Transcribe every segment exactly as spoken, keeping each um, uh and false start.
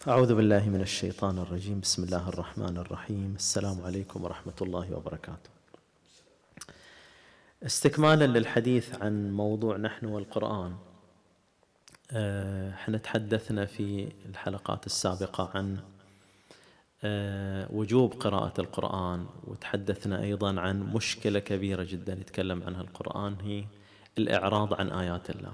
أعوذ بالله من الشيطان الرجيم. بسم الله الرحمن الرحيم. السلام عليكم ورحمة الله وبركاته. استكمالا للحديث عن موضوع نحن والقرآن، احنا تحدثنا في الحلقات السابقة عن وجوب قراءة القرآن، وتحدثنا أيضا عن مشكلة كبيرة جدا يتكلم عنها القرآن، هي الإعراض عن آيات الله.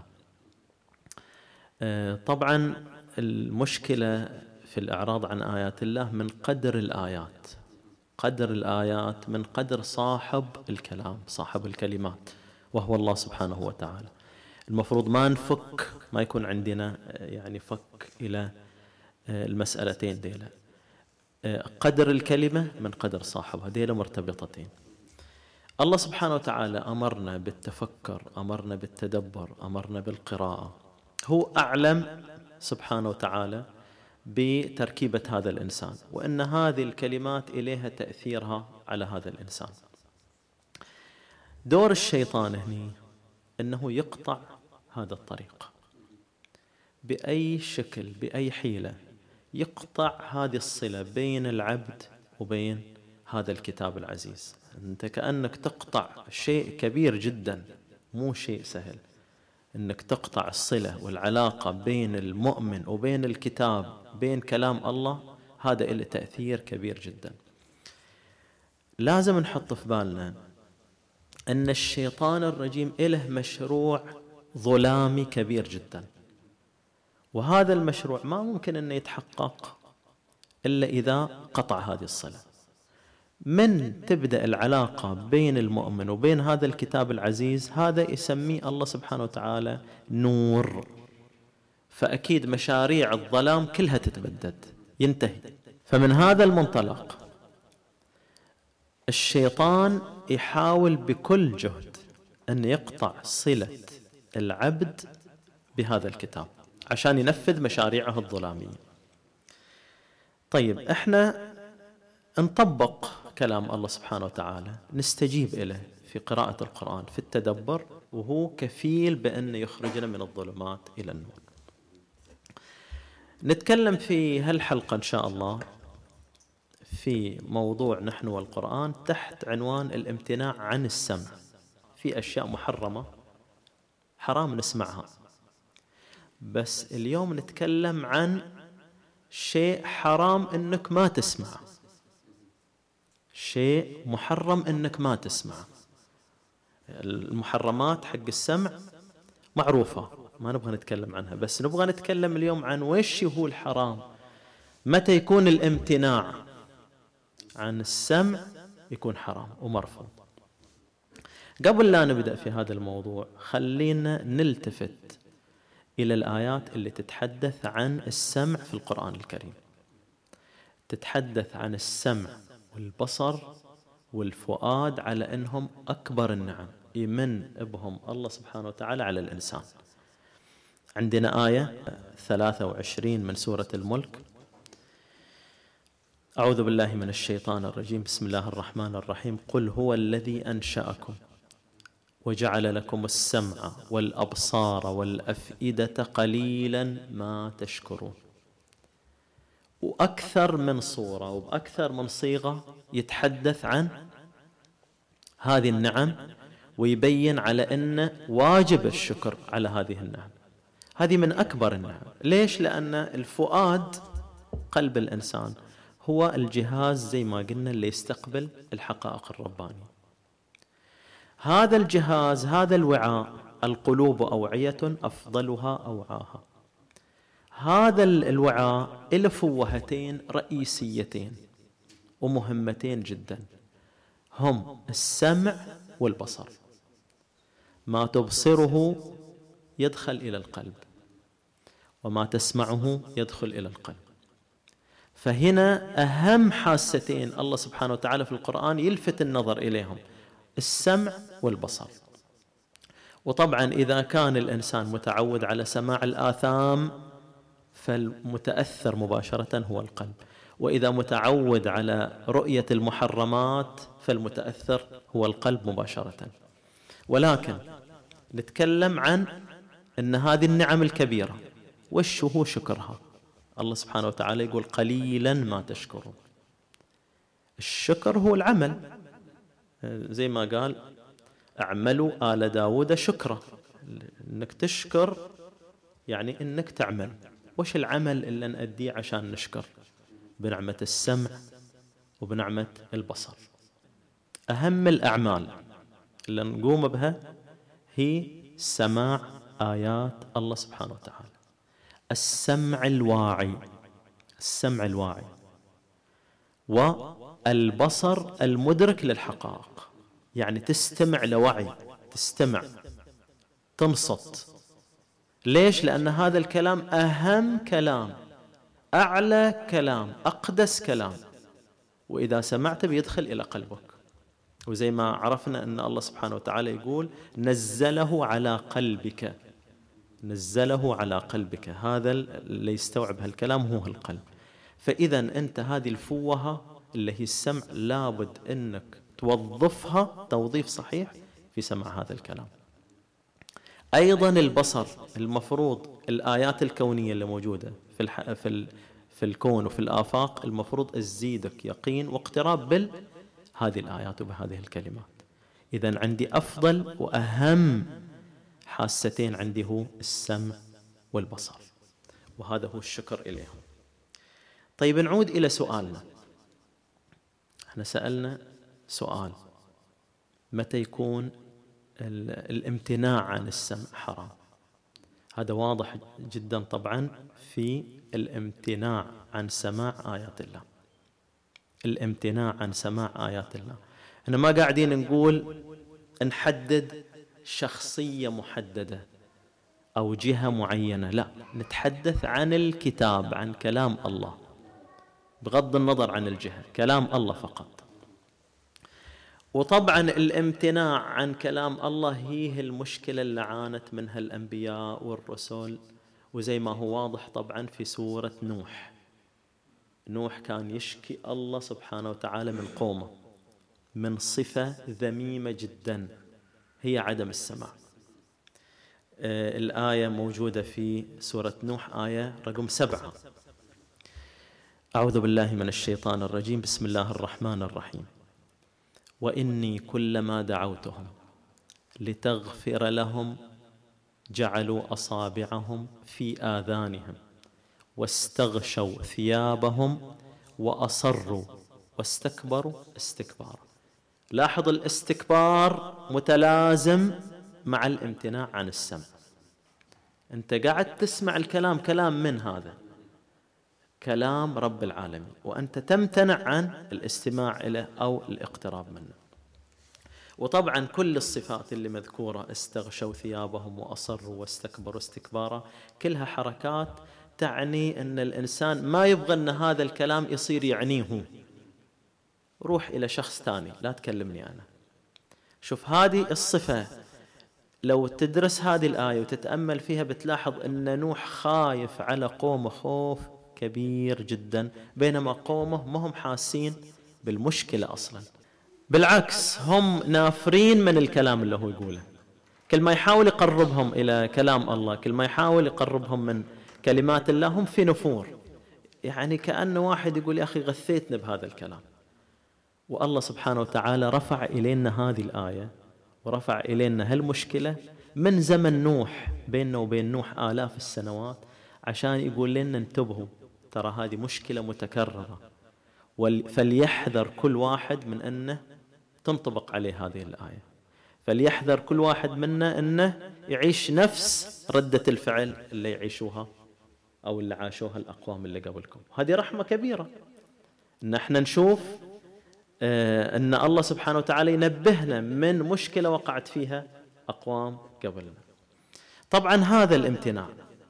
طبعا المشكلة في الإعراض عن آيات الله من قدر الآيات، قدر الآيات من قدر صاحب الكلام، صاحب الكلمات، وهو الله سبحانه وتعالى. المفروض ما نفك، ما يكون عندنا يعني فك إلى المسألتين ديلا. قدر الكلمة من قدر صاحبها، ديلا مرتبطتين. الله سبحانه وتعالى أمرنا بالتفكر، أمرنا بالتدبر، أمرنا بالقراءة. هو أعلم سبحانه وتعالى بتركيبة هذا الإنسان، وأن هذه الكلمات إليها تأثيرها على هذا الإنسان. دور الشيطان هنا أنه يقطع هذا الطريق بأي شكل، بأي حيلة، يقطع هذه الصلة بين العبد وبين هذا الكتاب العزيز. أنت كأنك تقطع شيء كبير جدا، مو شيء سهل، أنك تقطع الصلة والعلاقة بين المؤمن وبين الكتاب، بين كلام الله. هذا له تأثير كبير جدا. لازم نحط في بالنا أن الشيطان الرجيم له مشروع ظلامي كبير جدا، وهذا المشروع ما ممكن أن يتحقق إلا إذا قطع هذه الصلة. من تبدأ العلاقة بين المؤمن وبين هذا الكتاب العزيز، هذا يسميه الله سبحانه وتعالى نور، فأكيد مشاريع الظلام كلها تتبدد، ينتهي. فمن هذا المنطلق الشيطان يحاول بكل جهد أن يقطع صلة العبد بهذا الكتاب عشان ينفذ مشاريعه الظلامية. طيب احنا نطبق كلام الله سبحانه وتعالى، نستجيب إليه في قراءة القرآن، في التدبر، وهو كفيل بأن يخرجنا من الظلمات إلى النور. نتكلم في هالحلقة إن شاء الله في موضوع نحن والقرآن تحت عنوان الامتناع عن السمع. في أشياء محرمة حرام نسمعها، بس اليوم نتكلم عن شيء حرام إنك ما تسمع، شيء محرم إنك ما تسمع. المحرمات حق السمع معروفة، ما نبغى نتكلم عنها، بس نبغى نتكلم اليوم عن وش هو الحرام. متى يكون الامتناع عن السمع يكون حرام ومرفوض. قبل لا نبدأ في هذا الموضوع، خلينا نلتفت إلى الآيات اللي تتحدث عن السمع في القرآن الكريم. تتحدث عن السمع والبصر والفؤاد على أنهم أكبر النعم يمن بهم الله سبحانه وتعالى على الإنسان. عندنا آية ثلاثة وعشرين من سورة الملك: أعوذ بالله من الشيطان الرجيم. بسم الله الرحمن الرحيم. قل هو الذي أنشأكم وجعل لكم السمع والأبصار والأفئدة قليلا ما تشكرون. وأكثر من صورة وبأكثر من صيغة يتحدث عن هذه النعم، ويبين على أن واجب الشكر على هذه النعم. هذه من أكبر النعم. ليش؟ لأن الفؤاد، قلب الإنسان، هو الجهاز زي ما قلنا اللي يستقبل الحقائق الربانية. هذا الجهاز، هذا الوعاء، القلوب أوعية أفضلها أوعاها. هذا الوعاء له فوهتين رئيسيتين ومهمتين جدا، هم السمع والبصر. ما تبصره يدخل إلى القلب، وما تسمعه يدخل إلى القلب. فهنا أهم حاستين الله سبحانه وتعالى في القرآن يلفت النظر إليهم: السمع والبصر. وطبعا إذا كان الإنسان متعود على سماع الآثام فالمتأثر مباشرة هو القلب، وإذا متعود على رؤية المحرمات فالمتأثر هو القلب مباشرة. ولكن نتكلم عن أن هذه النعم الكبيرة وش هو شكرها. الله سبحانه وتعالى يقول قليلا ما تشكرون. الشكر هو العمل، زي ما قال اعملوا آل داود شكرا، انك تشكر يعني انك تعمل. وش العمل اللي نأديه عشان نشكر؟ بنعمة السمع وبنعمة البصر. أهم الأعمال اللي نقوم بها هي سماع آيات الله سبحانه وتعالى، السمع الواعي، السمع الواعي، والبصر المدرك للحقائق. يعني تستمع لوعي، تستمع تنصت. ليش؟ لأن هذا الكلام أهم كلام، أعلى كلام، أقدس كلام، وإذا سمعت بيدخل إلى قلبك. وزي ما عرفنا أن الله سبحانه وتعالى يقول نزله على قلبك، نزله على قلبك، هذا اللي يستوعب هالكلام هو القلب. فإذا أنت هذه الفوهة اللي هي السمع لابد أنك توظفها توظيف صحيح في سمع هذا الكلام. أيضا البصر، المفروض الآيات الكونية اللي موجودة في الح... في ال... في الكون وفي الآفاق المفروض تزيدك يقين واقتراب بهذه الآيات وبهذه الكلمات. إذن عندي أفضل وأهم حاستين عندي هو السمع والبصر، وهذا هو الشكر إليهم. طيب نعود إلى سؤالنا. احنا سألنا سؤال: متى يكون الامتناع عن السمع حرام؟ هذا واضح جدا طبعا في الامتناع عن سماع آيات الله. الامتناع عن سماع آيات الله، احنا ما قاعدين نقول نحدد شخصية محددة أو جهة معينة، لا، نتحدث عن الكتاب، عن كلام الله، بغض النظر عن الجهة، كلام الله فقط. وطبعا الامتناع عن كلام الله هي المشكلة اللي عانت منها الأنبياء والرسل، وزي ما هو واضح طبعا في سورة نوح. نوح كان يشكي الله سبحانه وتعالى من قومه من صفة ذميمة جدا هي عدم السماع. آه الآية موجودة في سورة نوح، آية رقم سبعة: أعوذ بالله من الشيطان الرجيم، بسم الله الرحمن الرحيم: وإني كلما دعوتهم لتغفر لهم جعلوا أصابعهم في آذانهم واستغشوا ثيابهم وأصروا واستكبروا استكبارا. لاحظ الاستكبار متلازم مع الامتناع عن السمع. أنت قاعد تسمع الكلام، كلام من هذا؟ كلام رب العالمين، وأنت تمتنع عن الاستماع إليه أو الاقتراب منه. وطبعا كل الصفات اللي مذكورة، استغشوا ثيابهم وأصروا واستكبروا استكبارا، كلها حركات تعني أن الإنسان ما يبغى أن هذا الكلام يصير يعنيه. روح إلى شخص ثاني، لا تكلمني أنا. شوف هذه الصفة، لو تدرس هذه الآية وتتأمل فيها بتلاحظ أن نوح خايف على قومه خوف كبير جدا، بينما قومه ما هم حاسين بالمشكلة أصلا، بالعكس هم نافرين من الكلام اللي هو يقوله. كل ما يحاول يقربهم إلى كلام الله، كل ما يحاول يقربهم من كلمات الله، هم في نفور. يعني كأن واحد يقول يا أخي غثيتنا بهذا الكلام. والله سبحانه وتعالى رفع إلينا هذه الآية ورفع إلينا هالمشكلة من زمن نوح، بيننا وبين نوح آلاف السنوات، عشان يقول لنا انتبهوا، ترى هذه مشكلة متكررة، فليحذر كل واحد من أنه تنطبق عليه هذه الآية. فليحذر كل واحد منا أنه يعيش نفس ردة الفعل اللي يعيشوها أو اللي عاشوها الأقوام اللي قبلكم. هذه رحمة كبيرة أن احنا نشوف آه أن الله سبحانه وتعالى ينبهنا من مشكلة وقعت فيها أقوام قبلنا. طبعا هذا الامتناع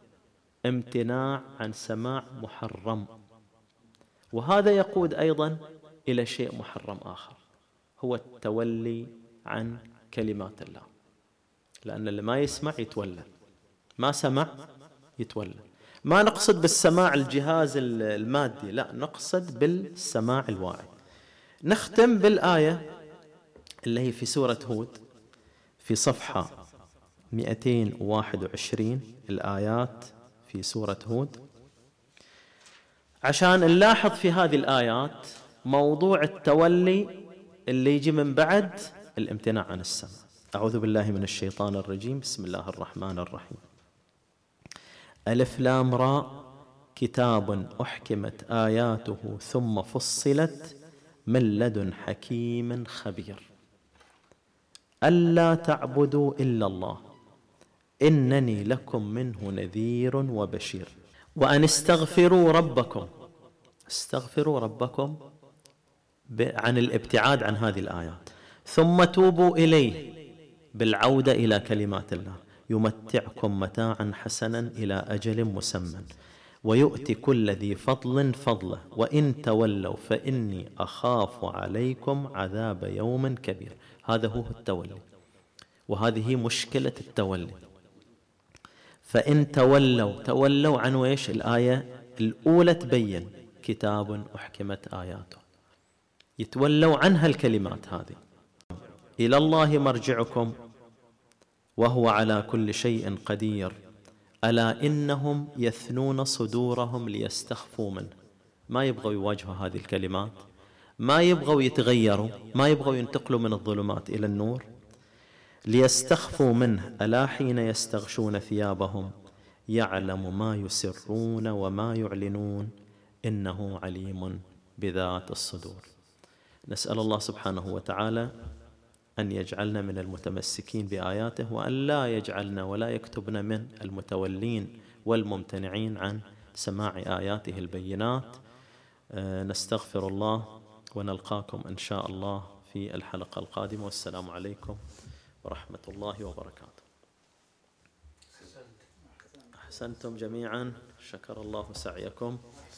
امتناع عن سماع محرم، وهذا يقود أيضا إلى شيء محرم آخر، هو التولي عن كلمات الله. لأن اللي ما يسمع يتولى، ما سمع يتولى. ما نقصد بالسماع الجهاز المادي، لا، نقصد بالسماع الواعي. نختم بالآية اللي هي في سورة هود في صفحة مئتين وواحد وعشرين، الآيات في سورة هود: عشان نلاحظ في هذه الآيات موضوع التولي اللي يجي من بعد الامتناع عن السمع. أعوذ بالله من الشيطان الرجيم. بسم الله الرحمن الرحيم. ألف لام راء، كتاب أحكمت آياته ثم فصلت من لدن حكيم خبير، ألا تعبدوا إلا الله إنني لكم منه نذير وبشير، وأن استغفروا ربكم. استغفروا ربكم عن الابتعاد عن هذه الآيات، ثم توبوا إليه بالعودة إلى كلمات الله، يمتعكم متاعا حسنا إلى أجل مسمى ويؤتي كل ذي فضل فضله وإن تولوا فإني أخاف عليكم عذاب يوم كبير. هذا هو التولي، وهذه مشكلة التولي. فإن تولوا، تولوا عن ويش؟ الآية الأولى تبين كتاب أحكمت آياته، يتولوا عنها الكلمات هذه. إلى الله مرجعكم وهو على كل شيء قدير، ألا إنهم يثنون صدورهم ليستخفوا منه. ما يبغوا يواجهوا هذه الكلمات، ما يبغوا يتغيروا، ما يبغوا ينتقلوا من الظلمات إلى النور. ليستخفوا منه، ألا حين يستغشون ثيابهم يعلم ما يسرون وما يعلنون إنه عليم بذات الصدور. نسأل الله سبحانه وتعالى أن يجعلنا من المتمسكين بآياته، وأن لا يجعلنا ولا يكتبنا من المتولين والممتنعين عن سماع آياته البينات. نستغفر الله ونلقاكم إن شاء الله في الحلقة القادمة، والسلام عليكم ورحمة الله وبركاته. أحسنتم جميعا، شكر الله سعيكم.